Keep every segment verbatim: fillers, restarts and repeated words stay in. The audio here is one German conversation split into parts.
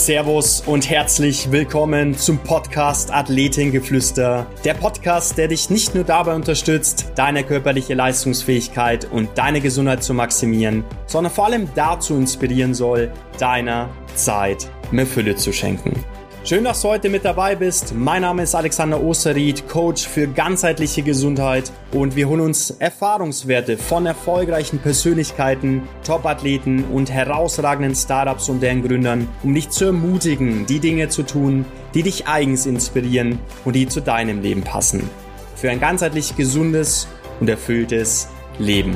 Servus und herzlich willkommen zum Podcast Athletengeflüster. Der Podcast, der dich nicht nur dabei unterstützt, deine körperliche Leistungsfähigkeit und deine Gesundheit zu maximieren, sondern vor allem dazu inspirieren soll, deiner Zeit mehr Fülle zu schenken. Schön, dass du heute mit dabei bist. Mein Name ist Alexander Osterried, Coach für ganzheitliche Gesundheit, und wir holen uns Erfahrungswerte von erfolgreichen Persönlichkeiten, Topathleten und herausragenden Startups und deren Gründern, um dich zu ermutigen, die Dinge zu tun, die dich eigens inspirieren und die zu deinem Leben passen. Für ein ganzheitlich gesundes und erfülltes Leben.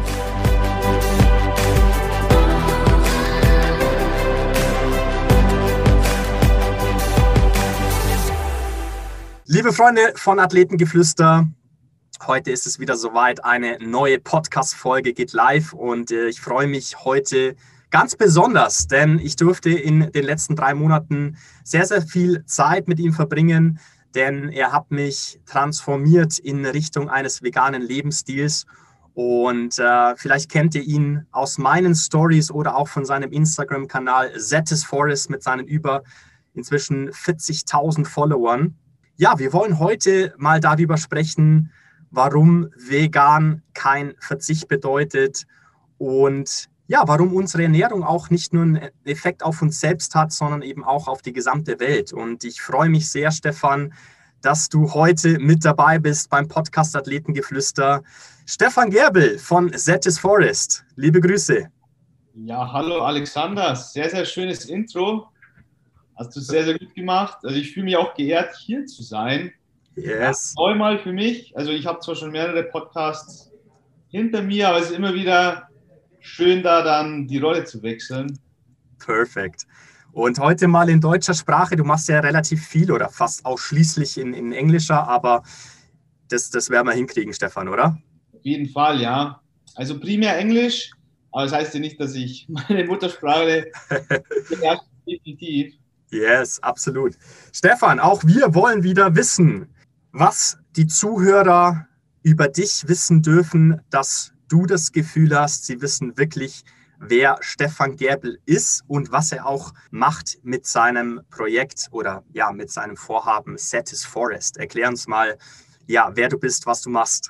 Liebe Freunde von Athletengeflüster, heute ist es wieder soweit, eine neue Podcast-Folge geht live und äh, ich freue mich heute ganz besonders, denn ich durfte in den letzten drei Monaten sehr, sehr viel Zeit mit ihm verbringen, denn er hat mich transformiert in Richtung eines veganen Lebensstils und äh, vielleicht kennt ihr ihn aus meinen Stories oder auch von seinem Instagram-Kanal Set is Forest mit seinen über inzwischen vierzigtausend Followern. Ja, wir wollen heute mal darüber sprechen, warum vegan kein Verzicht bedeutet und ja, warum unsere Ernährung auch nicht nur einen Effekt auf uns selbst hat, sondern eben auch auf die gesamte Welt. Und ich freue mich sehr, Stefan, dass du heute mit dabei bist beim Podcast Athletengeflüster. Stefan Gerbel von Set is Forest. Liebe Grüße. Ja, hallo Alexander. Sehr, sehr schönes Intro. Hast du sehr, sehr gut gemacht. Also ich fühle mich auch geehrt, hier zu sein. Yes. Ja, mal für mich. Also ich habe zwar schon mehrere Podcasts hinter mir, aber es ist immer wieder schön, da dann die Rolle zu wechseln. Perfekt. Und heute mal in deutscher Sprache. Du machst ja relativ viel oder fast ausschließlich in, in englischer, aber das, das werden wir hinkriegen, Stefan, oder? Auf jeden Fall, ja. Also primär Englisch, aber das heißt ja nicht, dass ich meine Muttersprache beherrsche, definitiv. Yes, absolut. Stefan, auch wir wollen wieder wissen, was die Zuhörer über dich wissen dürfen, dass du das Gefühl hast, sie wissen wirklich, wer Stefan Gerbel ist und was er auch macht mit seinem Projekt oder ja, mit seinem Vorhaben Set is Forest. Erklär uns mal, ja, wer du bist, was du machst.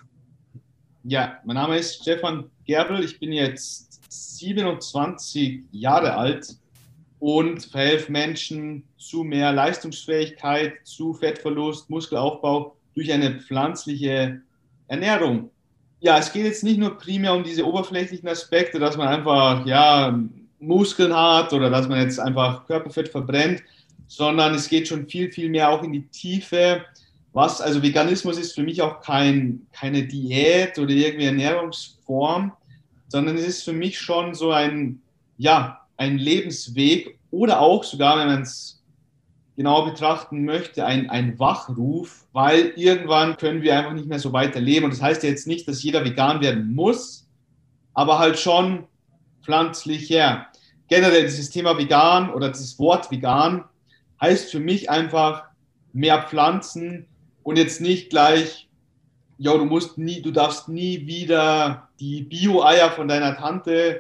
Ja, mein Name ist Stefan Gerbel. Ich bin jetzt siebenundzwanzig Jahre alt und verhelfe Menschen zu mehr Leistungsfähigkeit, zu Fettverlust, Muskelaufbau durch eine pflanzliche Ernährung. Ja, es geht jetzt nicht nur primär um diese oberflächlichen Aspekte, dass man einfach ja, Muskeln hat oder dass man jetzt einfach Körperfett verbrennt, sondern es geht schon viel, viel mehr auch in die Tiefe. Was, also Veganismus ist für mich auch kein, keine Diät oder irgendwie Ernährungsform, sondern es ist für mich schon so ein, ja, ein Lebensweg oder auch sogar, wenn man es genau betrachten möchte, ein, ein Wachruf, weil irgendwann können wir einfach nicht mehr so weiterleben. Und das heißt jetzt nicht, dass jeder vegan werden muss, aber halt schon pflanzlicher. Generell dieses Thema vegan oder dieses Wort vegan heißt für mich einfach mehr Pflanzen und jetzt nicht gleich, ja, du musst nie, du darfst nie wieder die Bio-Eier von deiner Tante,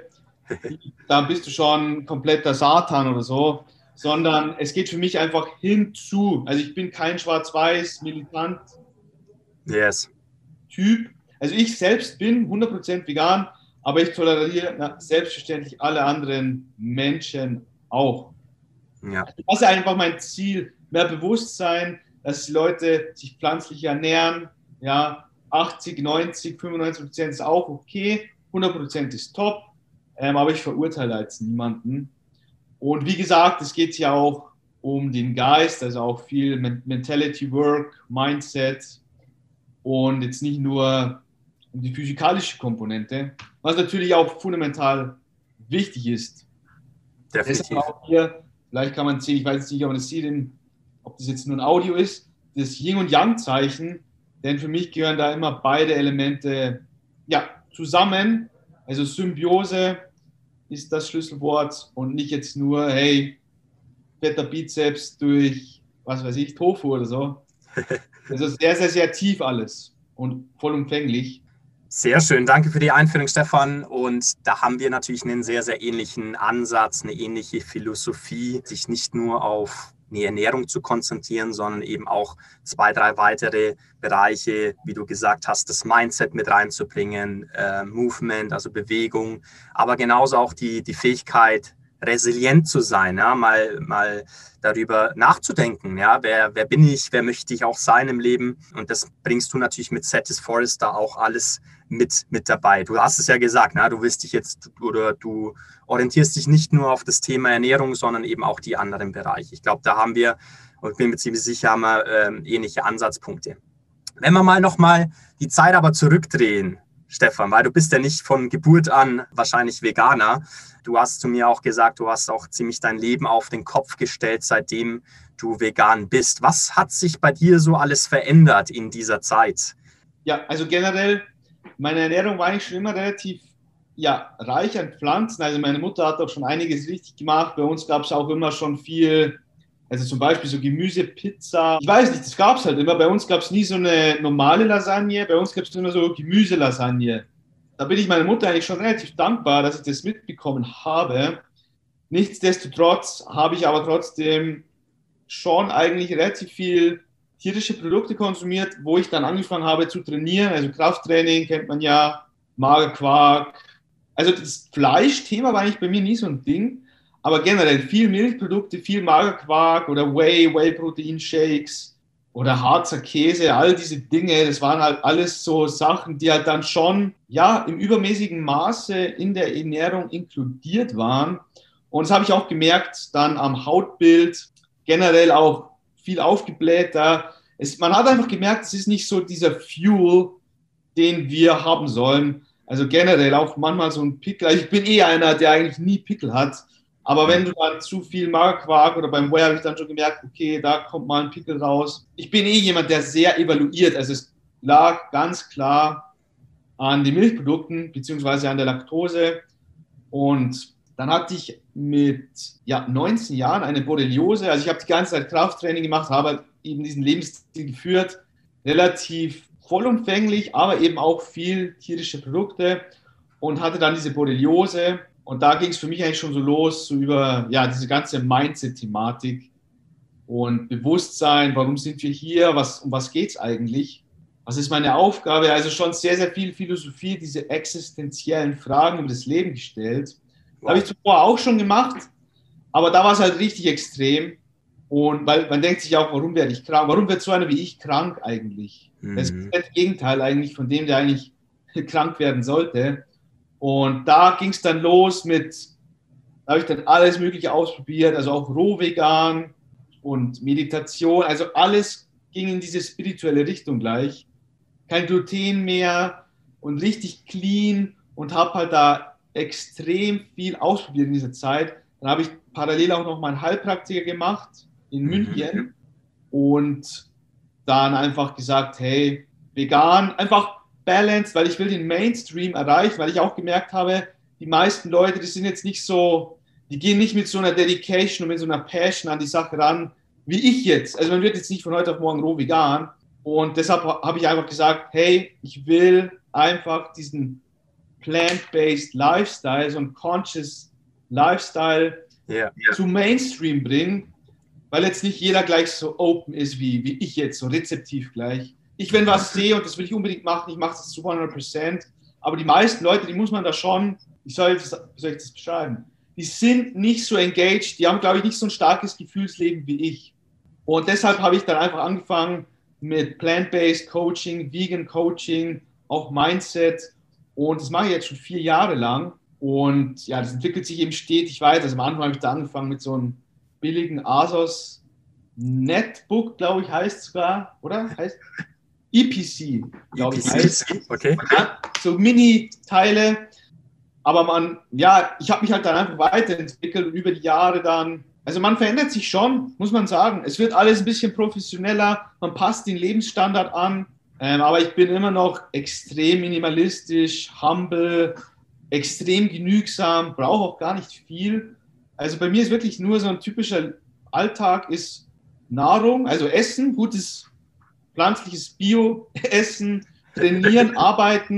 da bist du schon kompletter Satan oder so, sondern es geht für mich einfach hinzu. Also ich bin kein schwarz-weiß Militant Yes. Typ. Also ich selbst bin hundert Prozent vegan, aber ich toleriere na, selbstverständlich alle anderen Menschen auch. Ja. Also das ist einfach mein Ziel, mehr Bewusstsein, dass die Leute sich pflanzlich ernähren. Ja, achtzig, neunzig, fünfundneunzig Prozent ist auch okay, hundert Prozent ist top. Ähm, aber ich verurteile jetzt niemanden. Und wie gesagt, es geht ja auch um den Geist, also auch viel Mentality Work, Mindset und jetzt nicht nur um die physikalische Komponente, was natürlich auch fundamental wichtig ist. Definitiv. Deshalb auch hier, vielleicht kann man sehen, ich weiß nicht, ob man das sieht, ob das jetzt nur ein Audio ist, das Yin- und Yang-Zeichen, denn für mich gehören da immer beide Elemente ja, zusammen, also Symbiose ist das Schlüsselwort und nicht jetzt nur, hey, fetter Bizeps durch, was weiß ich, Tofu oder so. Also sehr, sehr, sehr tief alles und vollumfänglich. Sehr schön, danke für die Einführung, Stefan. Und da haben wir natürlich einen sehr, sehr ähnlichen Ansatz, eine ähnliche Philosophie, sich nicht nur auf die Ernährung zu konzentrieren, sondern eben auch zwei, drei weitere Bereiche, wie du gesagt hast, das Mindset mit reinzubringen, äh, Movement, also Bewegung, aber genauso auch die, die Fähigkeit, resilient zu sein, ja, mal, mal darüber nachzudenken, ja, wer, wer bin ich, wer möchte ich auch sein im Leben, und das bringst du natürlich mit Set is Forest auch alles mit, mit dabei. Du hast es ja gesagt, ne? Du willst dich jetzt oder du orientierst dich nicht nur auf das Thema Ernährung, sondern eben auch die anderen Bereiche. Ich glaube, da haben wir, und ich bin mir ziemlich sicher, haben wir ähm, ähnliche Ansatzpunkte. Wenn wir mal nochmal die Zeit aber zurückdrehen, Stefan, weil du bist ja nicht von Geburt an wahrscheinlich Veganer. Du hast zu mir auch gesagt, du hast auch ziemlich dein Leben auf den Kopf gestellt, seitdem du vegan bist. Was hat sich bei dir so alles verändert in dieser Zeit? Ja, also generell, meine Ernährung war eigentlich schon immer relativ ja, reich an Pflanzen. Also meine Mutter hat auch schon einiges richtig gemacht. Bei uns gab es auch immer schon viel, also zum Beispiel so Gemüse, Pizza. Ich weiß nicht, das gab es halt immer. Bei uns gab es nie so eine normale Lasagne. Bei uns gab es immer so Gemüselasagne. Da bin ich meiner Mutter eigentlich schon relativ dankbar, dass ich das mitbekommen habe. Nichtsdestotrotz habe ich aber trotzdem schon eigentlich relativ viel tierische Produkte konsumiert, wo ich dann angefangen habe zu trainieren. Also Krafttraining kennt man ja, Magerquark. Also das Fleischthema war eigentlich bei mir nie so ein Ding, aber generell viel Milchprodukte, viel Magerquark oder Whey, Whey-Protein-Shakes oder Harzer Käse, all diese Dinge, das waren halt alles so Sachen, die halt dann schon ja im übermäßigen Maße in der Ernährung inkludiert waren. Und das habe ich auch gemerkt dann am Hautbild, generell auch viel aufgeblähter. Es, man hat einfach gemerkt, es ist nicht so dieser Fuel, den wir haben sollen. Also generell auch manchmal so ein Pickel. Ich bin eh einer, der eigentlich nie Pickel hat. Aber wenn du dann zu viel Magerquark oder beim Whey habe ich dann schon gemerkt, okay, da kommt mal ein Pickel raus. Ich bin eh jemand, der sehr evaluiert. Also es lag ganz klar an den Milchprodukten beziehungsweise an der Laktose. Und dann hatte ich mit ja, neunzehn Jahren eine Borreliose. Also ich habe die ganze Zeit Krafttraining gemacht, habe eben diesen Lebensstil geführt, relativ vollumfänglich, aber eben auch viel tierische Produkte und hatte dann diese Borreliose. Und da ging es für mich eigentlich schon so los, so über ja, diese ganze Mindset-Thematik und Bewusstsein, warum sind wir hier, was, um was geht es eigentlich, was ist meine Aufgabe, also schon sehr, sehr viel Philosophie, diese existenziellen Fragen über das Leben gestellt. Wow. Habe ich zuvor auch schon gemacht, aber da war es halt richtig extrem. Und weil man denkt sich auch, warum werde ich krank? Warum wird so einer wie ich krank eigentlich? Mhm. Das ist das Gegenteil eigentlich von dem, der eigentlich krank werden sollte. Und da ging es dann los mit, da habe ich dann alles Mögliche ausprobiert, also auch rohvegan und Meditation, also alles ging in diese spirituelle Richtung gleich. Kein Gluten mehr und richtig clean und habe halt da extrem viel ausprobiert in dieser Zeit. Dann habe ich parallel auch noch meinen Heilpraktiker gemacht in München mhm. und dann einfach gesagt, hey, vegan, einfach balanced, weil ich will den Mainstream erreichen, weil ich auch gemerkt habe, die meisten Leute, die sind jetzt nicht so, die gehen nicht mit so einer Dedication und mit so einer Passion an die Sache ran, wie ich jetzt. Also man wird jetzt nicht von heute auf morgen roh vegan und deshalb habe ich einfach gesagt, hey, ich will einfach diesen plant-based Lifestyle, so ein conscious Lifestyle yeah, yeah. zu Mainstream bringen, weil jetzt nicht jeder gleich so open ist wie, wie ich jetzt, so rezeptiv gleich. Ich, wenn was sehe und das will ich unbedingt machen, ich mache das zu hundert Prozent, aber die meisten Leute, die muss man da schon, wie soll ich das, wie soll ich das beschreiben, die sind nicht so engaged, die haben, glaube ich, nicht so ein starkes Gefühlsleben wie ich. Und deshalb habe ich dann einfach angefangen mit Plant-Based Coaching, Vegan Coaching, auch Mindset. Und das mache ich jetzt schon vier Jahre lang. Und ja, das entwickelt sich eben stetig weiter. Also am Anfang habe ich da angefangen mit so einem billigen Asos Netbook, glaube ich, heißt sogar, oder? Heißt E P C, glaube ich, heißt. Okay. Ja, so Mini-Teile. Aber man, ja, ich habe mich halt dann einfach weiterentwickelt und über die Jahre dann, also man verändert sich schon, muss man sagen. Es wird alles ein bisschen professioneller, man passt den Lebensstandard an. Ähm, aber ich bin immer noch extrem minimalistisch, humble, extrem genügsam, brauche auch gar nicht viel. Also bei mir ist wirklich nur so ein typischer Alltag ist Nahrung, also Essen, gutes pflanzliches Bio-Essen, trainieren, arbeiten,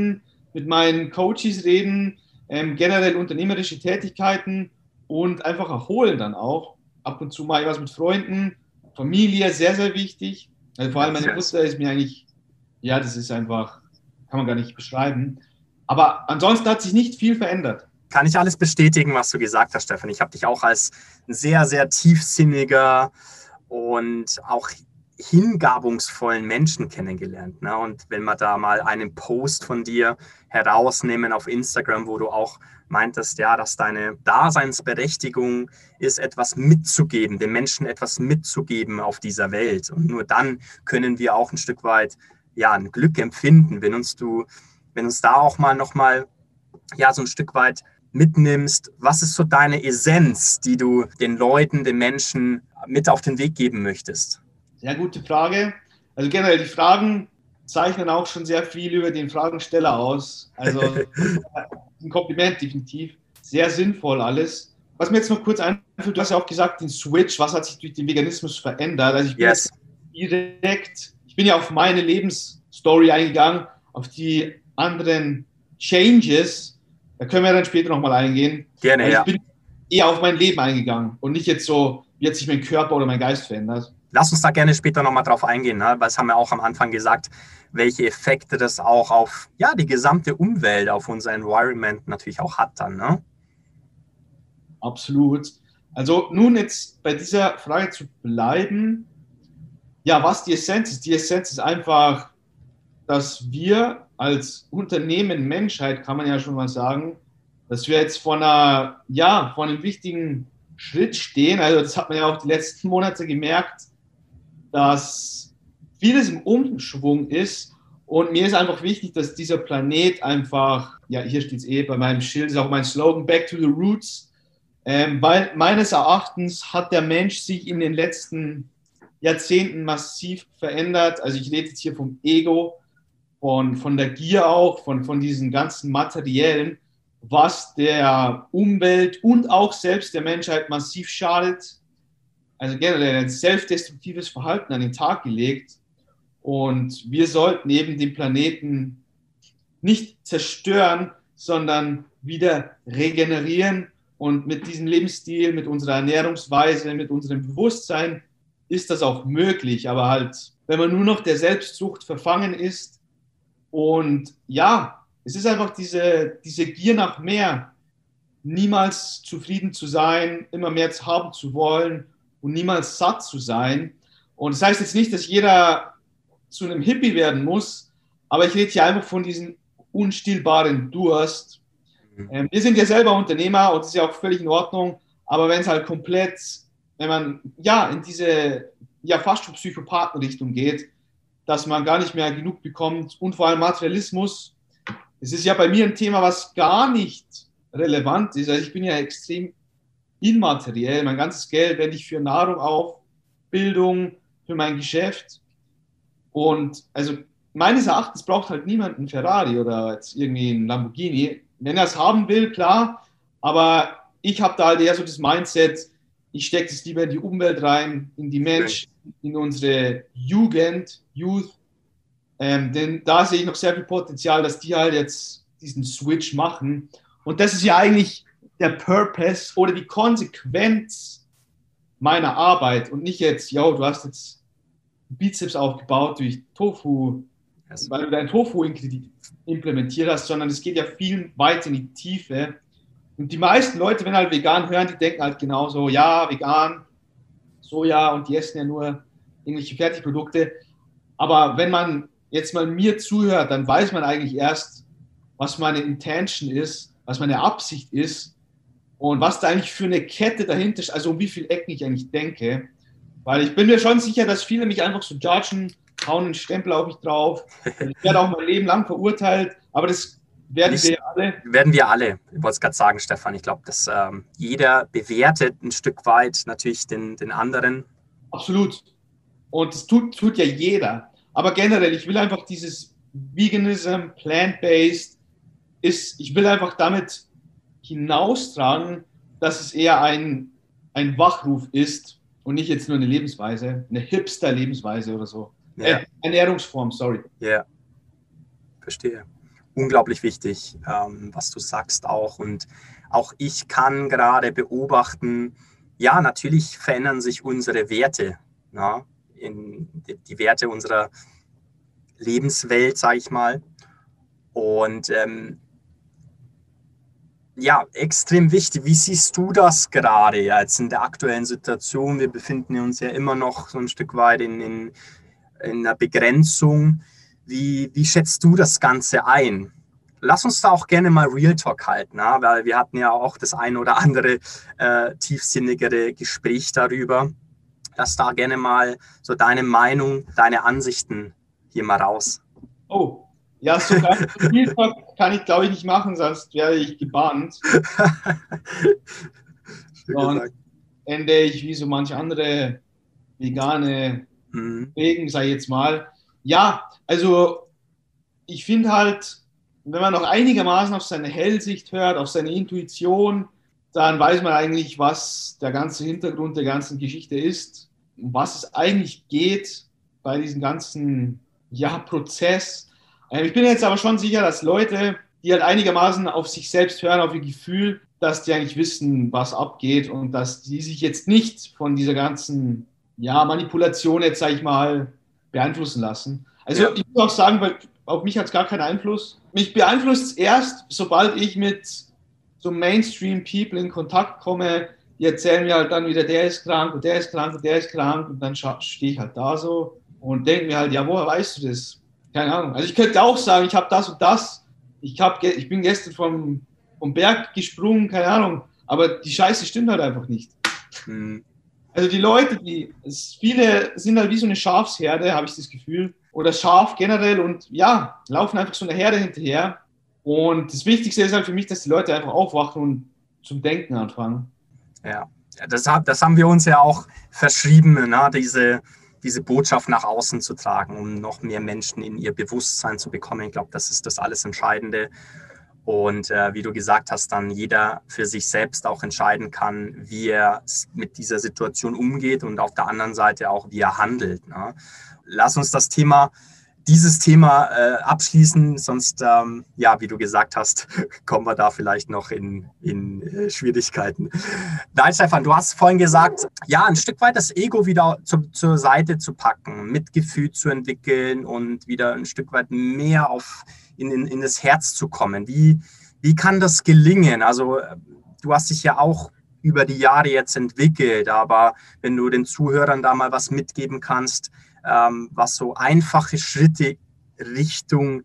mit meinen Coaches reden, ähm, generell unternehmerische Tätigkeiten und einfach erholen dann auch. Ab und zu mache ich was mit Freunden, Familie, sehr, sehr wichtig. Also vor allem meine Mutter ist mir eigentlich, ja, das ist einfach, kann man gar nicht beschreiben. Aber ansonsten hat sich nicht viel verändert. Kann ich alles bestätigen, was du gesagt hast, Stefan. Ich habe dich auch als ein sehr, sehr tiefsinniger und auch hingabungsvollen Menschen kennengelernt. Ne? Und wenn wir da mal einen Post von dir herausnehmen auf Instagram, wo du auch meintest, ja, dass deine Daseinsberechtigung ist, etwas mitzugeben, den Menschen etwas mitzugeben auf dieser Welt. Und nur dann können wir auch ein Stück weit ja, ein Glück empfinden, wenn uns du, wenn uns da auch mal nochmal ja, so ein Stück weit mitnimmst. Was ist so deine Essenz, die du den Leuten, den Menschen mit auf den Weg geben möchtest? Sehr gute Frage. Also generell, die Fragen zeichnen auch schon sehr viel über den Fragensteller aus. Also ein Kompliment definitiv. Sehr sinnvoll alles. Was mir jetzt noch kurz einfällt, du hast ja auch gesagt, den Switch, was hat sich durch den Veganismus verändert? Also ich bin yes. jetzt direkt, ich bin ja auf meine Lebensstory eingegangen, auf die anderen Changes. Da können wir dann später nochmal eingehen. Gerne, also ich ja. bin eher auf mein Leben eingegangen und nicht jetzt so, wie hat sich mein Körper oder mein Geist verändert. Lass uns da gerne später nochmal drauf eingehen, ne? Weil es haben wir auch am Anfang gesagt, welche Effekte das auch auf ja, die gesamte Umwelt, auf unser Environment natürlich auch hat dann. Ne? Absolut. Also nun jetzt bei dieser Frage zu bleiben, ja, was die Essenz ist. Die Essenz ist einfach, dass wir als Unternehmen Menschheit, kann man ja schon mal sagen, dass wir jetzt vor einer, ja, vor einem wichtigen Schritt stehen. Also das hat man ja auch die letzten Monate gemerkt, dass vieles im Umschwung ist und mir ist einfach wichtig, dass dieser Planet einfach, ja, hier steht es eh bei meinem Schild, ist auch mein Slogan, Back to the Roots, ähm, weil meines Erachtens hat der Mensch sich in den letzten Jahrzehnten massiv verändert. Also ich rede jetzt hier vom Ego, von, von der Gier auch, von, von diesen ganzen Materiellen, was der Umwelt und auch selbst der Menschheit massiv schadet. Also generell ein selbstdestruktives Verhalten an den Tag gelegt. Und wir sollten eben den Planeten nicht zerstören, sondern wieder regenerieren. Und mit diesem Lebensstil, mit unserer Ernährungsweise, mit unserem Bewusstsein ist das auch möglich. Aber halt, wenn man nur noch der Selbstsucht verfangen ist und ja, es ist einfach diese, diese Gier nach mehr, niemals zufrieden zu sein, immer mehr zu haben zu wollen und niemals satt zu sein. Und das heißt jetzt nicht, dass jeder zu einem Hippie werden muss, aber ich rede hier einfach von diesem unstillbaren Durst. Ähm, wir sind ja selber Unternehmer und das ist ja auch völlig in Ordnung, aber wenn es halt komplett, wenn man ja in diese ja fast schon Psychopathenrichtung geht, dass man gar nicht mehr genug bekommt und vor allem Materialismus. Es ist ja bei mir ein Thema, was gar nicht relevant ist. Also ich bin ja extrem immateriell. Mein ganzes Geld wende ich für Nahrung auf, Bildung, für mein Geschäft. Und also meines Erachtens braucht halt niemand einen Ferrari oder jetzt irgendwie einen Lamborghini. Wenn er es haben will, klar. Aber ich habe da halt eher so das Mindset, ich stecke es lieber in die Umwelt rein, in die Menschen, in unsere Jugend, Youth. Ähm, denn da sehe ich noch sehr viel Potenzial, dass die halt jetzt diesen Switch machen. Und das ist ja eigentlich der Purpose oder die Konsequenz meiner Arbeit und nicht jetzt, yo, du hast jetzt Bizeps aufgebaut durch Tofu, yes. weil du dein Tofu implementiert hast, sondern es geht ja viel weiter in die Tiefe. Und die meisten Leute, wenn halt vegan hören, die denken halt genauso, ja, vegan, Soja und die essen ja nur irgendwelche Fertigprodukte. Aber wenn man jetzt mal mir zuhört, dann weiß man eigentlich erst, was meine Intention ist, was meine Absicht ist und was da eigentlich für eine Kette dahinter ist, also um wie viele Ecken ich eigentlich denke. Weil ich bin mir schon sicher, dass viele mich einfach so judgen, hauen einen Stempel auf mich drauf. Ich werde auch mein Leben lang verurteilt, aber das werden Nicht, wir alle. Werden wir alle, ich wollte es gerade sagen, Stefan. Ich glaube, dass ähm, jeder bewertet ein Stück weit natürlich den, den anderen. Absolut. Und das tut, tut ja jeder. Aber generell, ich will einfach dieses Veganism, Plant-Based, ist, ich will einfach damit hinaustragen, dass es eher ein, ein Wachruf ist und nicht jetzt nur eine Lebensweise, eine Hipster-Lebensweise oder so. Ja. Äh, Ernährungsform, sorry. Ja, verstehe. unglaublich wichtig, ähm, was du sagst auch. Und auch ich kann gerade beobachten, ja, natürlich verändern sich unsere Werte, na, in die, die Werte unserer Lebenswelt, sage ich mal. Und ähm, ja, extrem wichtig. Wie siehst du das gerade jetzt in der aktuellen Situation? Wir befinden uns ja immer noch so ein Stück weit in, in, in einer Begrenzung. Wie, wie schätzt du das Ganze ein? Lass uns da auch gerne mal Real Talk halten, na? Weil wir hatten ja auch das ein oder andere äh, tiefsinnigere Gespräch darüber. Lass da gerne mal so deine Meinung, deine Ansichten hier mal raus. Oh, ja, so ganz viel kann ich, glaube ich, nicht machen, sonst werde ich gebannt. Und ende ich wie so manche andere vegane mhm. Wegen, sage ich jetzt mal. Ja, also ich finde halt, wenn man noch einigermaßen auf seine Hellsicht hört, auf seine Intuition, dann weiß man eigentlich, was der ganze Hintergrund der ganzen Geschichte ist, um was es eigentlich geht bei diesem ganzen ja, Prozess. Ich bin jetzt aber schon sicher, dass Leute, die halt einigermaßen auf sich selbst hören, auf ihr Gefühl, dass die eigentlich wissen, was abgeht und dass die sich jetzt nicht von dieser ganzen ja, Manipulation jetzt, sage ich mal, beeinflussen lassen. Also ja. Ich muss auch sagen, weil auf mich hat es gar keinen Einfluss. Mich beeinflusst es erst, sobald ich mit so Mainstream-People in Kontakt komme, die erzählen mir halt dann wieder, der ist krank und der ist krank und der ist krank und dann stehe ich halt da so und denke mir halt, ja, woher weißt du das? Keine Ahnung. Also ich könnte auch sagen, ich habe das und das, ich, hab, ich bin gestern vom, vom Berg gesprungen, keine Ahnung, aber die Scheiße stimmt halt einfach nicht. Mhm. Also die Leute, die, es, viele sind halt wie so eine Schafsherde, habe ich das Gefühl, oder Schaf generell und ja, laufen einfach so einer Herde hinterher. Und das Wichtigste ist halt für mich, dass die Leute einfach aufwachen und zum Denken anfangen. Ja, das, das haben wir uns ja auch verschrieben, ne? diese, diese Botschaft nach außen zu tragen, um noch mehr Menschen in ihr Bewusstsein zu bekommen. Ich glaube, das ist das alles Entscheidende. Und äh, wie du gesagt hast, dann jeder für sich selbst auch entscheiden kann, wie er mit dieser Situation umgeht und auf der anderen Seite auch, wie er handelt. Ne? Lass uns das Thema, dieses Thema äh, abschließen, sonst, ähm, ja, wie du gesagt hast, kommen wir da vielleicht noch in, in äh, Schwierigkeiten. Nein, Stefan, du hast vorhin gesagt, ja, ein Stück weit das Ego wieder zu, zur Seite zu packen, Mitgefühl zu entwickeln und wieder ein Stück weit mehr auf In, in, in das Herz zu kommen. Wie, wie kann das gelingen? Also du hast dich ja auch über die Jahre jetzt entwickelt, aber wenn du den Zuhörern da mal was mitgeben kannst, ähm, was so einfache Schritte Richtung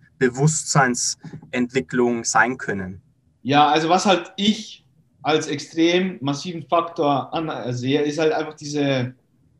Bewusstseinsentwicklung sein können. Ja, also was halt ich als extrem massiven Faktor sehe, ist halt einfach diese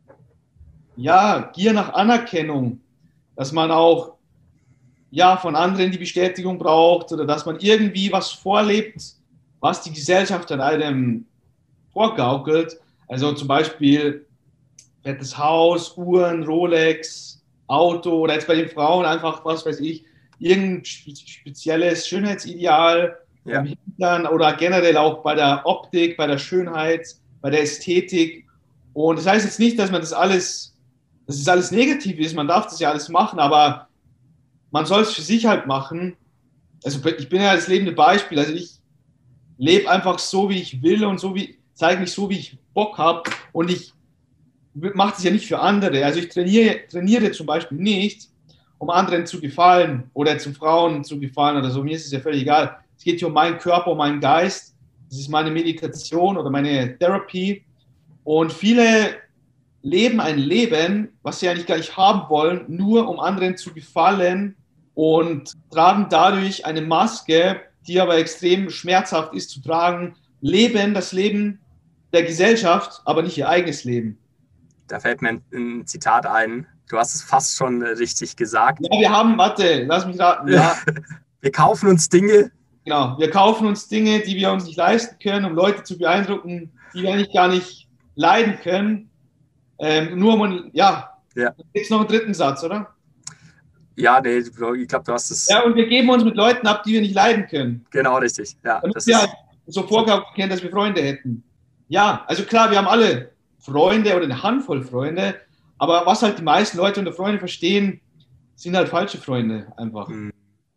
ja, Gier nach Anerkennung, dass man auch ja, von anderen die Bestätigung braucht oder dass man irgendwie was vorlebt, was die Gesellschaft an einem vorgaukelt. Also zum Beispiel fettes Haus, Uhren, Rolex, Auto oder jetzt bei den Frauen einfach, was weiß ich, irgendein spezielles Schönheitsideal ja. beim Hintern oder generell auch bei der Optik, bei der Schönheit, bei der Ästhetik. Und das heißt jetzt nicht, dass man das alles, dass das alles negativ ist, man darf das ja alles machen, aber man soll es für sich halt machen. Also ich bin ja das lebende Beispiel. Also ich lebe einfach so, wie ich will und so wie zeige mich so, wie ich Bock habe. Und ich mache das ja nicht für andere. Also ich trainiere, trainiere zum Beispiel nicht, um anderen zu gefallen oder zu Frauen zu gefallen oder so. Mir ist es ja völlig egal. Es geht hier um meinen Körper, um meinen Geist. Das ist meine Meditation oder meine Therapie. Und viele leben ein Leben, was sie eigentlich gar nicht haben wollen, nur um anderen zu gefallen und tragen dadurch eine Maske, die aber extrem schmerzhaft ist zu tragen, leben das Leben der Gesellschaft, aber nicht ihr eigenes Leben. Da fällt mir ein Zitat ein. Du hast es fast schon richtig gesagt. Ja, wir haben, warte, lass mich raten. Ja. Wir kaufen uns Dinge. Genau, wir kaufen uns Dinge, die wir uns nicht leisten können, um Leute zu beeindrucken, die wir eigentlich gar nicht leiden können. Ähm, nur um, ja, ja. Jetzt noch einen dritten Satz, oder? Ja, nee, ich glaube, du hast es. Ja, und wir geben uns mit Leuten ab, die wir nicht leiden können. Genau, richtig. Ja, damit das wir ist halt so vorgaben können, dass wir Freunde hätten. Ja, also klar, wir haben alle Freunde oder eine Handvoll Freunde, aber was halt die meisten Leute unter Freunde verstehen, sind halt falsche Freunde einfach. Wie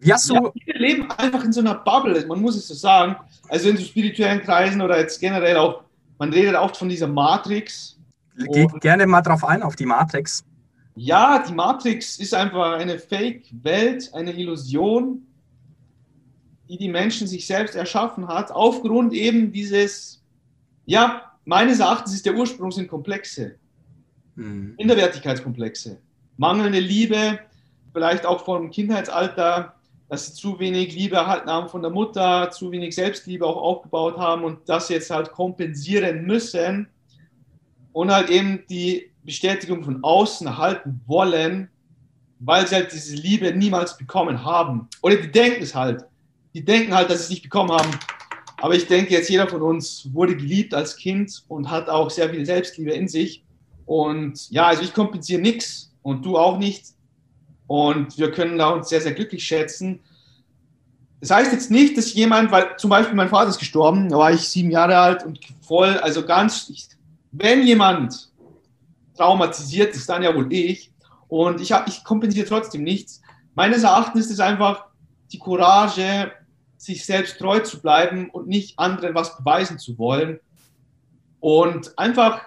Wie hast Ja, du... wir leben einfach in so einer Bubble, man muss es so sagen. Also in so spirituellen Kreisen oder jetzt generell auch, man redet oft von dieser Matrix. Geh Und gerne mal drauf ein, auf die Matrix. ja, die Matrix ist einfach eine Fake-Welt, eine Illusion, die die Menschen sich selbst erschaffen hat, aufgrund eben dieses, ja, meines Erachtens ist der Ursprung sind Komplexe, Hm. Minderwertigkeitskomplexe, mangelnde Liebe, vielleicht auch vom Kindheitsalter, dass sie zu wenig Liebe erhalten haben von der Mutter, zu wenig Selbstliebe auch aufgebaut haben und das jetzt halt kompensieren müssen und halt eben die Bestätigung von außen erhalten wollen, weil sie halt diese Liebe niemals bekommen haben. Oder die denken es halt. Die denken halt, dass sie es nicht bekommen haben. Aber ich denke jetzt, jeder von uns wurde geliebt als Kind und hat auch sehr viel Selbstliebe in sich. Und ja, also ich kompensiere nichts und du auch nicht. Und wir können da uns sehr, sehr glücklich schätzen. Das heißt jetzt nicht, dass jemand, weil zum Beispiel mein Vater ist gestorben, da war ich sieben Jahre alt und voll, also ganz, wenn jemand traumatisiert ist, dann ja wohl ich. Und ich, hab, ich kompensiere trotzdem nichts. Meines Erachtens ist es einfach die Courage, sich selbst treu zu bleiben und nicht anderen was beweisen zu wollen. Und einfach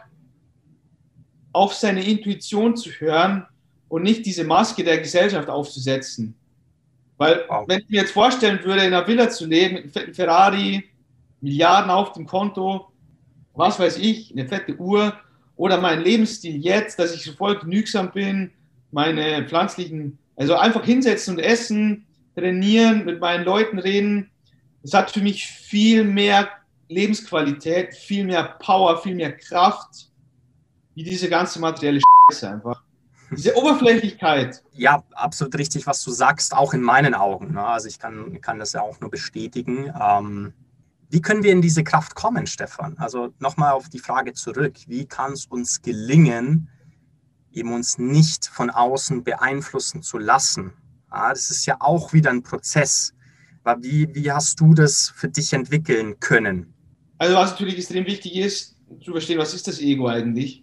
auf seine Intuition zu hören und nicht diese Maske der Gesellschaft aufzusetzen. Weil, Wow. wenn ich mir jetzt vorstellen würde, in einer Villa zu leben, mit einem fetten Ferrari, Milliarden auf dem Konto, was weiß ich, eine fette Uhr oder mein Lebensstil jetzt, dass ich so voll genügsam bin, meine pflanzlichen, also einfach hinsetzen und essen, trainieren, mit meinen Leuten reden, das hat für mich viel mehr Lebensqualität, viel mehr Power, viel mehr Kraft, wie diese ganze materielle Scheiße einfach. Diese Oberflächlichkeit. Ja, absolut richtig, was du sagst, auch in meinen Augen. Ne? Also ich kann, kann das ja auch nur bestätigen. Ähm, wie können wir in diese Kraft kommen, Stefan? Also nochmal auf die Frage zurück. Wie kann es uns gelingen, eben uns nicht von außen beeinflussen zu lassen? Ja, das ist ja auch wieder ein Prozess. Aber wie, wie hast du das für dich entwickeln können? Also was natürlich extrem wichtig ist, zu verstehen, was ist das Ego eigentlich?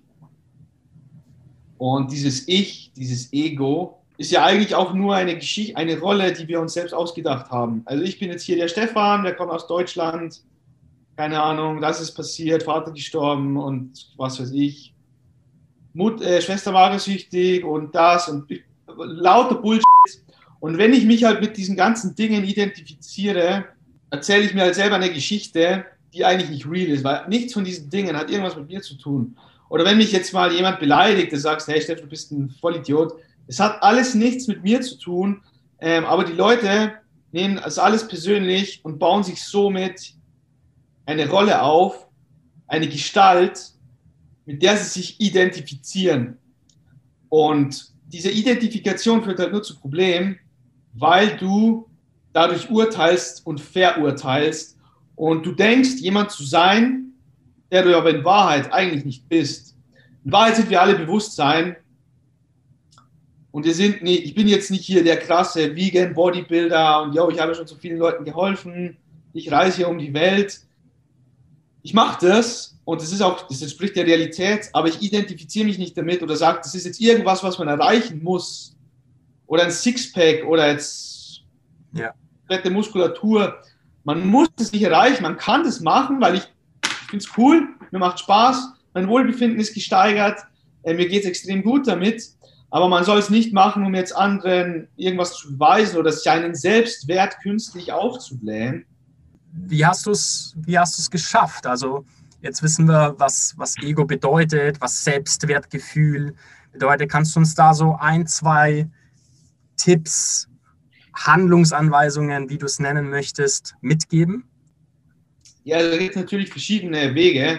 Und dieses Ich, dieses Ego, ist ja eigentlich auch nur eine Geschichte, eine Rolle, die wir uns selbst ausgedacht haben. Also ich bin jetzt hier der Stefan, der kommt aus Deutschland, keine Ahnung, das ist passiert, Vater gestorben und was weiß ich. Mut, äh, Schwester magersüchtig und das und lauter Bullshit. Und wenn ich mich halt mit diesen ganzen Dingen identifiziere, erzähle ich mir halt selber eine Geschichte, die eigentlich nicht real ist, weil nichts von diesen Dingen hat irgendwas mit mir zu tun. Oder wenn mich jetzt mal jemand beleidigt, du sagst, hey Steff, du bist ein Vollidiot. Es hat alles nichts mit mir zu tun, ähm, aber die Leute nehmen das alles persönlich und bauen sich somit eine Rolle auf, eine Gestalt, mit der sie sich identifizieren. Und diese Identifikation führt halt nur zu Problemen, weil du dadurch urteilst und verurteilst und du denkst, jemand zu sein, der du aber in Wahrheit eigentlich nicht bist. In Wahrheit sind wir alle Bewusstsein und wir sind nicht, ich bin jetzt nicht hier der krasse Vegan Bodybuilder und yo, ich habe schon so vielen Leuten geholfen, ich reise hier um die Welt. Ich mache das und das ist auch, das entspricht der Realität, aber ich identifiziere mich nicht damit oder sage, das ist jetzt irgendwas, was man erreichen muss oder ein Sixpack oder jetzt ja. fette Muskulatur. Man muss es nicht erreichen, man kann das machen, weil ich Ich finde es cool, mir macht Spaß, mein Wohlbefinden ist gesteigert, äh, mir geht es extrem gut damit, aber man soll es nicht machen, um jetzt anderen irgendwas zu beweisen oder seinen Selbstwert künstlich aufzublähen. Wie hast du es wie hast du es geschafft? Also jetzt wissen wir, was, was Ego bedeutet, was Selbstwertgefühl bedeutet. Kannst du uns da so ein, zwei Tipps, Handlungsanweisungen, wie du es nennen möchtest, mitgeben? Ja, da gibt es natürlich verschiedene Wege.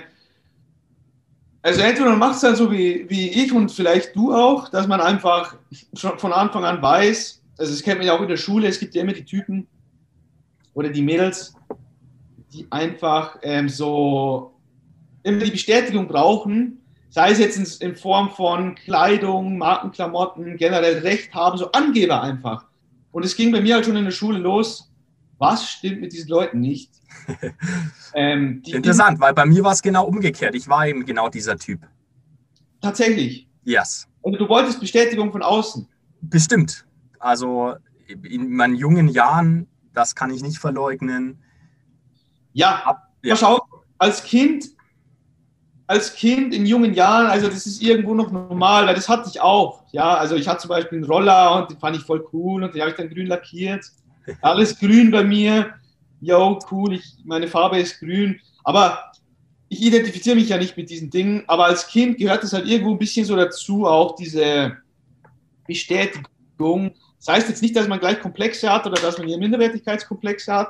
Also entweder man macht es halt so wie, wie ich und vielleicht du auch, dass man einfach schon von Anfang an weiß, also das kennt man ja auch in der Schule, es gibt ja immer die Typen oder die Mädels, die einfach ähm, so immer die Bestätigung brauchen, sei es jetzt in, in Form von Kleidung, Markenklamotten, generell Recht haben, so Angeber einfach. Und es ging bei mir halt schon in der Schule los, was stimmt mit diesen Leuten nicht? ähm, die, Interessant, weil bei mir war es genau umgekehrt. Ich war eben genau dieser Typ. Tatsächlich. Yes. Also du wolltest Bestätigung von außen. Bestimmt. Also in meinen jungen Jahren, das kann ich nicht verleugnen. Ja, Ab, ja. schau, als Kind, als Kind in jungen Jahren, also das ist irgendwo noch normal, weil das hatte ich auch. Ja, also ich hatte zum Beispiel einen Roller und den fand ich voll cool und den habe ich dann grün lackiert. Alles grün bei mir. Yo, cool, ich, meine Farbe ist grün. Aber ich identifiziere mich ja nicht mit diesen Dingen. Aber als Kind gehört es halt irgendwo ein bisschen so dazu, auch diese Bestätigung. Das heißt jetzt nicht, dass man gleich Komplexe hat oder dass man hier Minderwertigkeitskomplexe hat.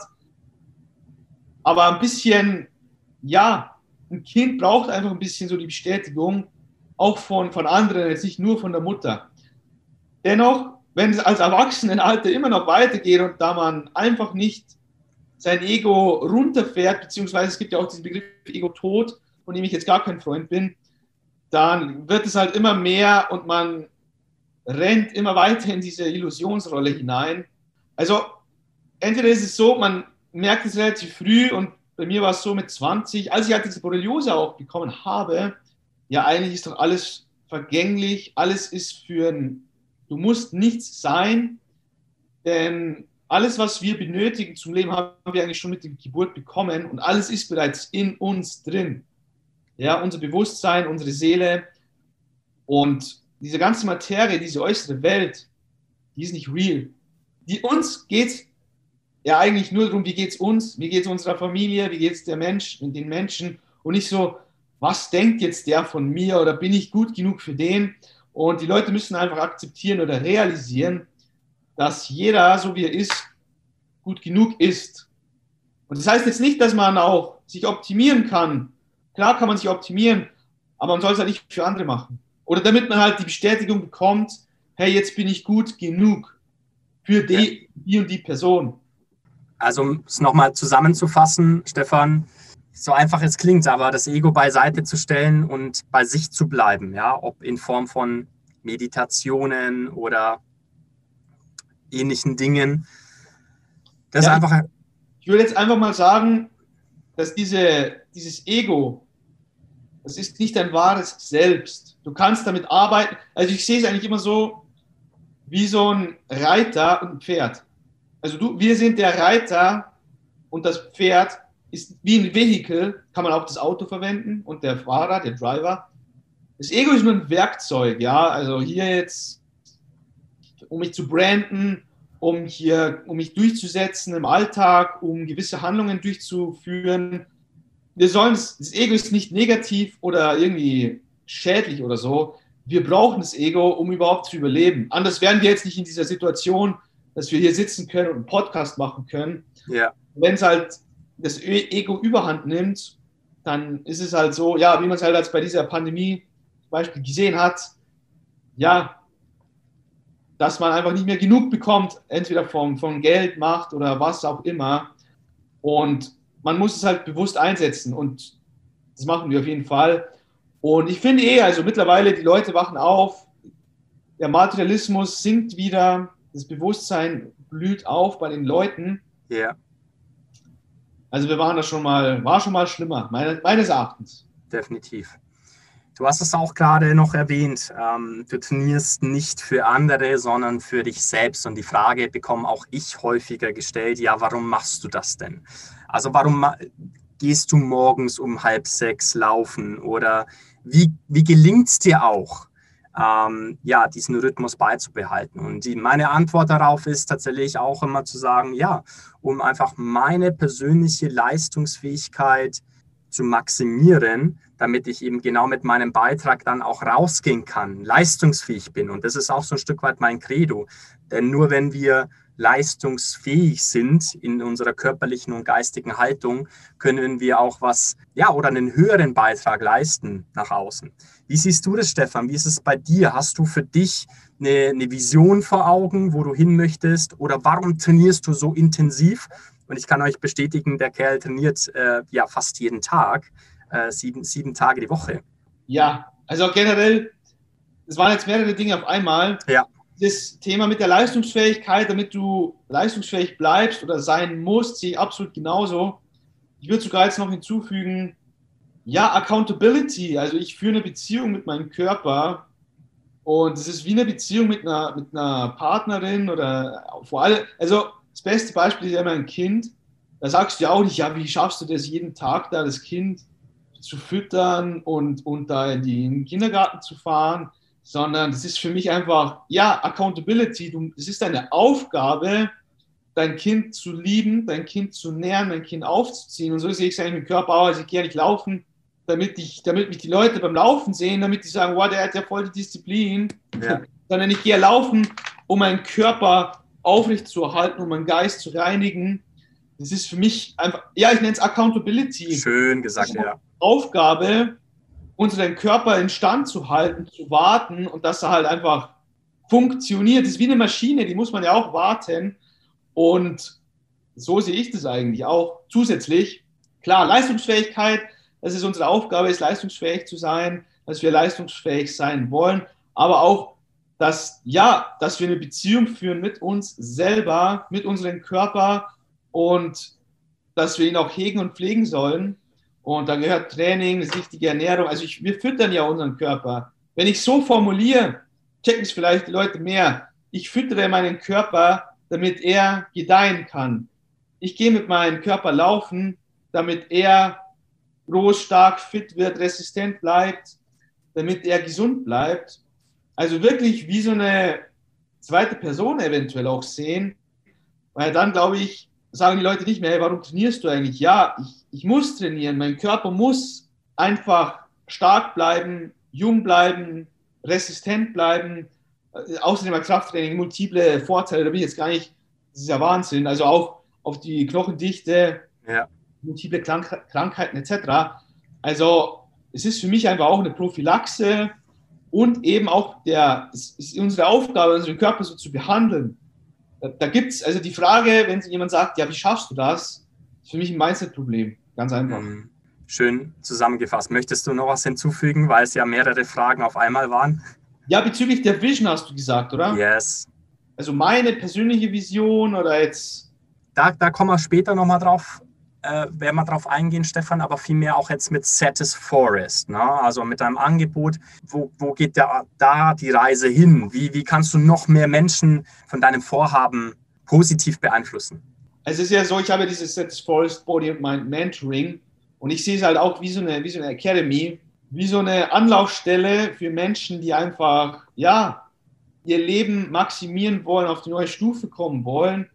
Aber ein bisschen, ja, ein Kind braucht einfach ein bisschen so die Bestätigung, auch von, von anderen, jetzt nicht nur von der Mutter. Dennoch, wenn es als Erwachsenenalter immer noch weitergeht und da man einfach nicht sein Ego runterfährt, beziehungsweise es gibt ja auch diesen Begriff Ego-Tod, von dem ich jetzt gar kein Freund bin, dann wird es halt immer mehr und man rennt immer weiter in diese Illusionsrolle hinein. Also entweder ist es so, man merkt es relativ früh und bei mir war es so mit zwanzig, als ich halt diese Borreliose auch bekommen habe, ja eigentlich ist doch alles vergänglich, alles ist für ein, du musst nichts sein, denn alles, was wir benötigen zum Leben, haben wir eigentlich schon mit der Geburt bekommen und alles ist bereits in uns drin. Ja, unser Bewusstsein, unsere Seele und diese ganze Materie, diese äußere Welt, die ist nicht real. Die, uns geht es ja eigentlich nur darum, wie geht es uns, wie geht es unserer Familie, wie geht es der Mensch, den Menschen und nicht so, was denkt jetzt der von mir oder bin ich gut genug für den? Und die Leute müssen einfach akzeptieren oder realisieren, dass jeder, so wie er ist, gut genug ist. Und das heißt jetzt nicht, dass man auch sich optimieren kann. Klar kann man sich optimieren, aber man soll es halt nicht für andere machen. Oder damit man halt die Bestätigung bekommt, hey, jetzt bin ich gut genug für die, die und die Person. Also um es nochmal zusammenzufassen, Stefan, so einfach es klingt, aber das Ego beiseite zu stellen und bei sich zu bleiben, ja, ob in Form von Meditationen oder ähnlichen Dingen. Das ja, ist einfach. Ich, ich würde jetzt einfach mal sagen, dass diese, dieses Ego, das ist nicht dein wahres Selbst. Du kannst damit arbeiten. Also ich sehe es eigentlich immer so wie so ein Reiter und ein Pferd. Also du, wir sind der Reiter und das Pferd ist wie ein Vehikel, kann man auch das Auto verwenden und der Fahrer, der Driver. Das Ego ist nur ein Werkzeug, ja. Also hier jetzt, um mich zu branden, um hier, um mich durchzusetzen im Alltag, um gewisse Handlungen durchzuführen. Wir sollen es, das Ego ist nicht negativ oder irgendwie schädlich oder so. Wir brauchen das Ego, um überhaupt zu überleben. Anders wären wir jetzt nicht in dieser Situation, dass wir hier sitzen können und einen Podcast machen können. Ja. Wenn es halt das Ego überhand nimmt, dann ist es halt so, ja, wie man es halt als bei dieser Pandemie zum Beispiel gesehen hat, ja, dass man einfach nicht mehr genug bekommt, entweder vom, vom Geld, Macht oder was auch immer. Und man muss es halt bewusst einsetzen und das machen wir auf jeden Fall. Und ich finde eh, also mittlerweile, die Leute wachen auf, der Materialismus sinkt wieder, das Bewusstsein blüht auf bei den Leuten. Ja. Yeah. Also wir waren da schon mal, war schon mal schlimmer, meine, meines Erachtens. Definitiv. Du hast es auch gerade noch erwähnt, ähm, du trainierst nicht für andere, sondern für dich selbst. Und die Frage bekomme auch ich häufiger gestellt, ja, warum machst du das denn? Also warum gehst du morgens um halb sechs laufen? Oder wie, wie gelingt es dir auch, ähm, ja, diesen Rhythmus beizubehalten? Und die, meine Antwort darauf ist tatsächlich auch immer zu sagen, ja, um einfach meine persönliche Leistungsfähigkeit zu maximieren, damit ich eben genau mit meinem Beitrag dann auch rausgehen kann, leistungsfähig bin. Und das ist auch so ein Stück weit mein Credo. Denn nur wenn wir leistungsfähig sind in unserer körperlichen und geistigen Haltung, können wir auch was, ja, oder einen höheren Beitrag leisten nach außen. Wie siehst du das, Stefan? Wie ist es bei dir? Hast du für dich eine, eine Vision vor Augen, wo du hin möchtest? Oder warum trainierst du so intensiv? Und ich kann euch bestätigen, der Kerl trainiert äh, ja fast jeden Tag, äh, sieben, sieben Tage die Woche. Ja, also generell, es waren jetzt mehrere Dinge auf einmal. Ja. Das Thema mit der Leistungsfähigkeit, damit du leistungsfähig bleibst oder sein musst, sehe ich absolut genauso. Ich würde sogar jetzt noch hinzufügen, ja, Accountability. Also ich führe eine Beziehung mit meinem Körper Und es ist wie eine Beziehung mit einer, mit einer Partnerin oder vor allem, also das beste Beispiel ist ja immer ein Kind. Da sagst du ja auch nicht, ja, wie schaffst du das jeden Tag da, das Kind zu füttern und, und da in den Kindergarten zu fahren, sondern das ist für mich einfach, ja, Accountability. Du, es ist deine Aufgabe, dein Kind zu lieben, dein Kind zu nähren, dein Kind aufzuziehen. Und so sehe ich es eigentlich mit Körper auch. Also ich gehe nicht laufen, damit, ich, damit mich die Leute beim Laufen sehen, damit die sagen, wow, der hat ja voll die Disziplin. Ja. Sondern ich gehe laufen, um meinen Körper aufrecht zu erhalten, um meinen Geist zu reinigen. Das ist für mich einfach, ja, ich nenne es Accountability. Schön gesagt, ja. Aufgabe, unseren Körper in Stand zu halten, zu warten und dass er halt einfach funktioniert. Das ist wie eine Maschine, die muss man ja auch warten. Und so sehe ich das eigentlich auch. Zusätzlich, klar, Leistungsfähigkeit, dass es unsere Aufgabe ist, leistungsfähig zu sein, dass wir leistungsfähig sein wollen, aber auch, dass, ja, dass wir eine Beziehung führen mit uns selber, mit unserem Körper und dass wir ihn auch hegen und pflegen sollen. Und da gehört Training, das richtige Ernährung. Also ich, wir füttern ja unseren Körper. Wenn ich so formuliere, checken es vielleicht die Leute mehr. Ich füttere meinen Körper, damit er gedeihen kann. Ich gehe mit meinem Körper laufen, damit er groß, stark, fit wird, resistent bleibt, damit er gesund bleibt. Also wirklich wie so eine zweite Person eventuell auch sehen, weil dann, glaube ich, sagen die Leute nicht mehr, hey, warum trainierst du eigentlich? Ja, ich, ich muss trainieren, mein Körper muss einfach stark bleiben, jung bleiben, resistent bleiben. Außerdem hat Krafttraining multiple Vorteile, da bin ich jetzt gar nicht, das ist ja Wahnsinn, also auch auf die Knochendichte, ja. multiple Krank- Krankheiten et cetera. Also es ist für mich einfach auch eine Prophylaxe und eben auch der, es ist unsere Aufgabe, unseren Körper so zu behandeln. Da, da gibt es, also die Frage, wenn jemand sagt, ja, wie schaffst du das? Ist für mich ein Mindset-Problem, ganz einfach. Schön zusammengefasst. Möchtest du noch was hinzufügen, weil es ja mehrere Fragen auf einmal waren? Ja, bezüglich der Vision hast du gesagt, oder? Yes. Also meine persönliche Vision oder jetzt... Da, da kommen wir später nochmal drauf, äh, werden wir drauf eingehen, Stefan, aber vielmehr auch jetzt mit Satis Forest, ne? Also mit deinem Angebot, wo, wo geht da, da die Reise hin? Wie, wie kannst du noch mehr Menschen von deinem Vorhaben positiv beeinflussen? Also es ist ja so, ich habe dieses Satis Forest Body and Mind Mentoring und ich sehe es halt auch wie so eine, wie so eine Academy, wie so eine Anlaufstelle für Menschen, die einfach, ja, ihr Leben maximieren wollen, auf die neue Stufe kommen wollen,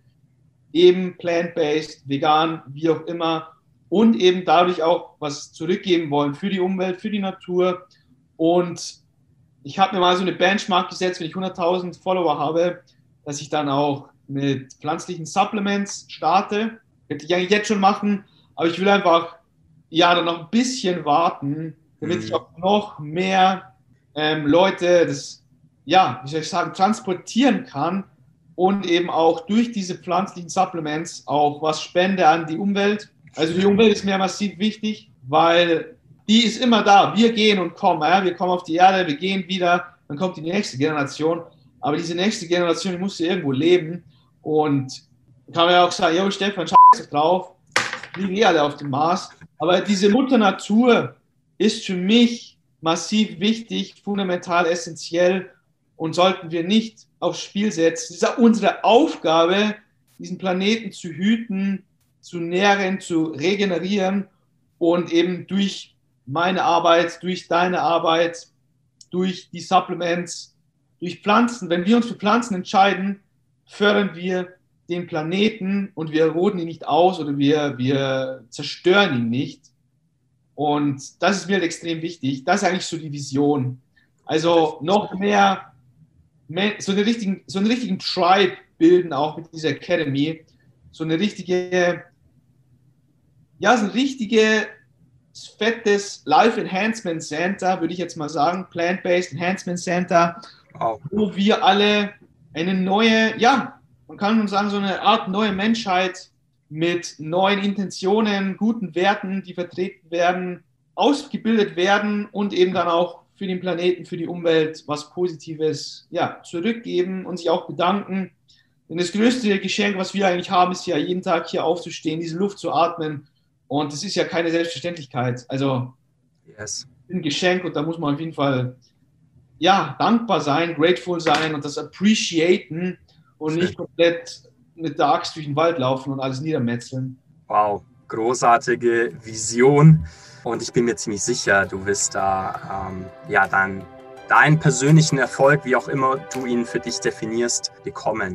eben plant-based, vegan, wie auch immer, und eben dadurch auch was zurückgeben wollen für die Umwelt, für die Natur. Und ich habe mir mal so eine Benchmark gesetzt, wenn ich hunderttausend Follower habe, dass ich dann auch mit pflanzlichen Supplements starte. Könnte ich eigentlich jetzt schon machen, aber ich will einfach, ja, dann noch ein bisschen warten, damit mhm. ich auch noch mehr ähm, Leute das, ja, wie soll ich sagen, transportieren kann und eben auch durch diese pflanzlichen Supplements auch was spende an die Umwelt. Also die Umwelt ist mir massiv wichtig, weil die ist immer da. Wir gehen und kommen. Ja? Wir kommen auf die Erde, wir gehen wieder, dann kommt die nächste Generation. Aber diese nächste Generation, die muss ja irgendwo leben. Und kann man ja auch sagen, jo Stefan, scheiß drauf, liegen eh alle auf dem Mars. Aber diese Mutter Natur ist für mich massiv wichtig, fundamental essentiell und sollten wir nicht aufs Spiel setzen. Es ist unsere Aufgabe, diesen Planeten zu hüten, zu nähren, zu regenerieren und eben durch meine Arbeit, durch deine Arbeit, durch die Supplements, durch Pflanzen. Wenn wir uns für Pflanzen entscheiden, fördern wir den Planeten und wir roden ihn nicht aus oder wir, wir zerstören ihn nicht. Und das ist mir halt extrem wichtig. Das ist eigentlich so die Vision. Also noch mehr so einen richtigen, so einen richtigen Tribe bilden, auch mit dieser Academy. So eine richtige, ja, so ein richtiges, fettes Life Enhancement Center, würde ich jetzt mal sagen, Plant-Based Enhancement Center, wow. Wo wir alle eine neue, ja, man kann nun sagen, so eine Art neue Menschheit mit neuen Intentionen, guten Werten, die vertreten werden, ausgebildet werden und eben dann auch für den Planeten, für die Umwelt was Positives, ja, zurückgeben und sich auch bedanken. Denn das größte Geschenk, was wir eigentlich haben, ist ja jeden Tag hier aufzustehen, diese Luft zu atmen. Und das ist ja keine Selbstverständlichkeit. Also yes. Ein Geschenk und da muss man auf jeden Fall ja, dankbar sein, grateful sein und das appreciaten und nicht komplett mit der Axt durch den Wald laufen und alles niedermetzeln. Wow, großartige Vision. Und ich bin mir ziemlich sicher, du wirst da ähm, ja dann deinen persönlichen Erfolg, wie auch immer du ihn für dich definierst, bekommen.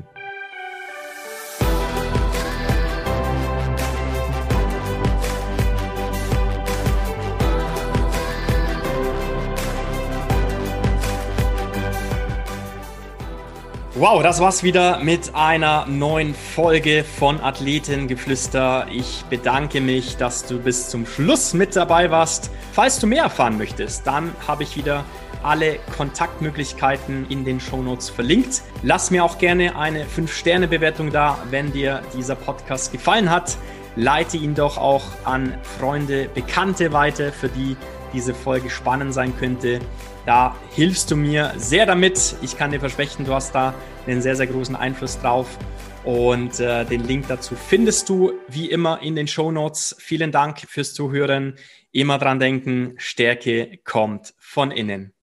Wow, das war's wieder mit einer neuen Folge von Athletengeflüster. Ich bedanke mich, dass du bis zum Schluss mit dabei warst. Falls du mehr erfahren möchtest, dann habe ich wieder alle Kontaktmöglichkeiten in den Shownotes verlinkt. Lass mir auch gerne eine fünf Sterne Bewertung da, wenn dir dieser Podcast gefallen hat. Leite ihn doch auch an Freunde, Bekannte weiter, für die diese Folge spannend sein könnte. Da hilfst du mir sehr damit. Ich kann dir versprechen, du hast da einen sehr, sehr großen Einfluss drauf. Und äh, den Link dazu findest du wie immer in den Shownotes. Vielen Dank fürs Zuhören. Immer dran denken, Stärke kommt von innen.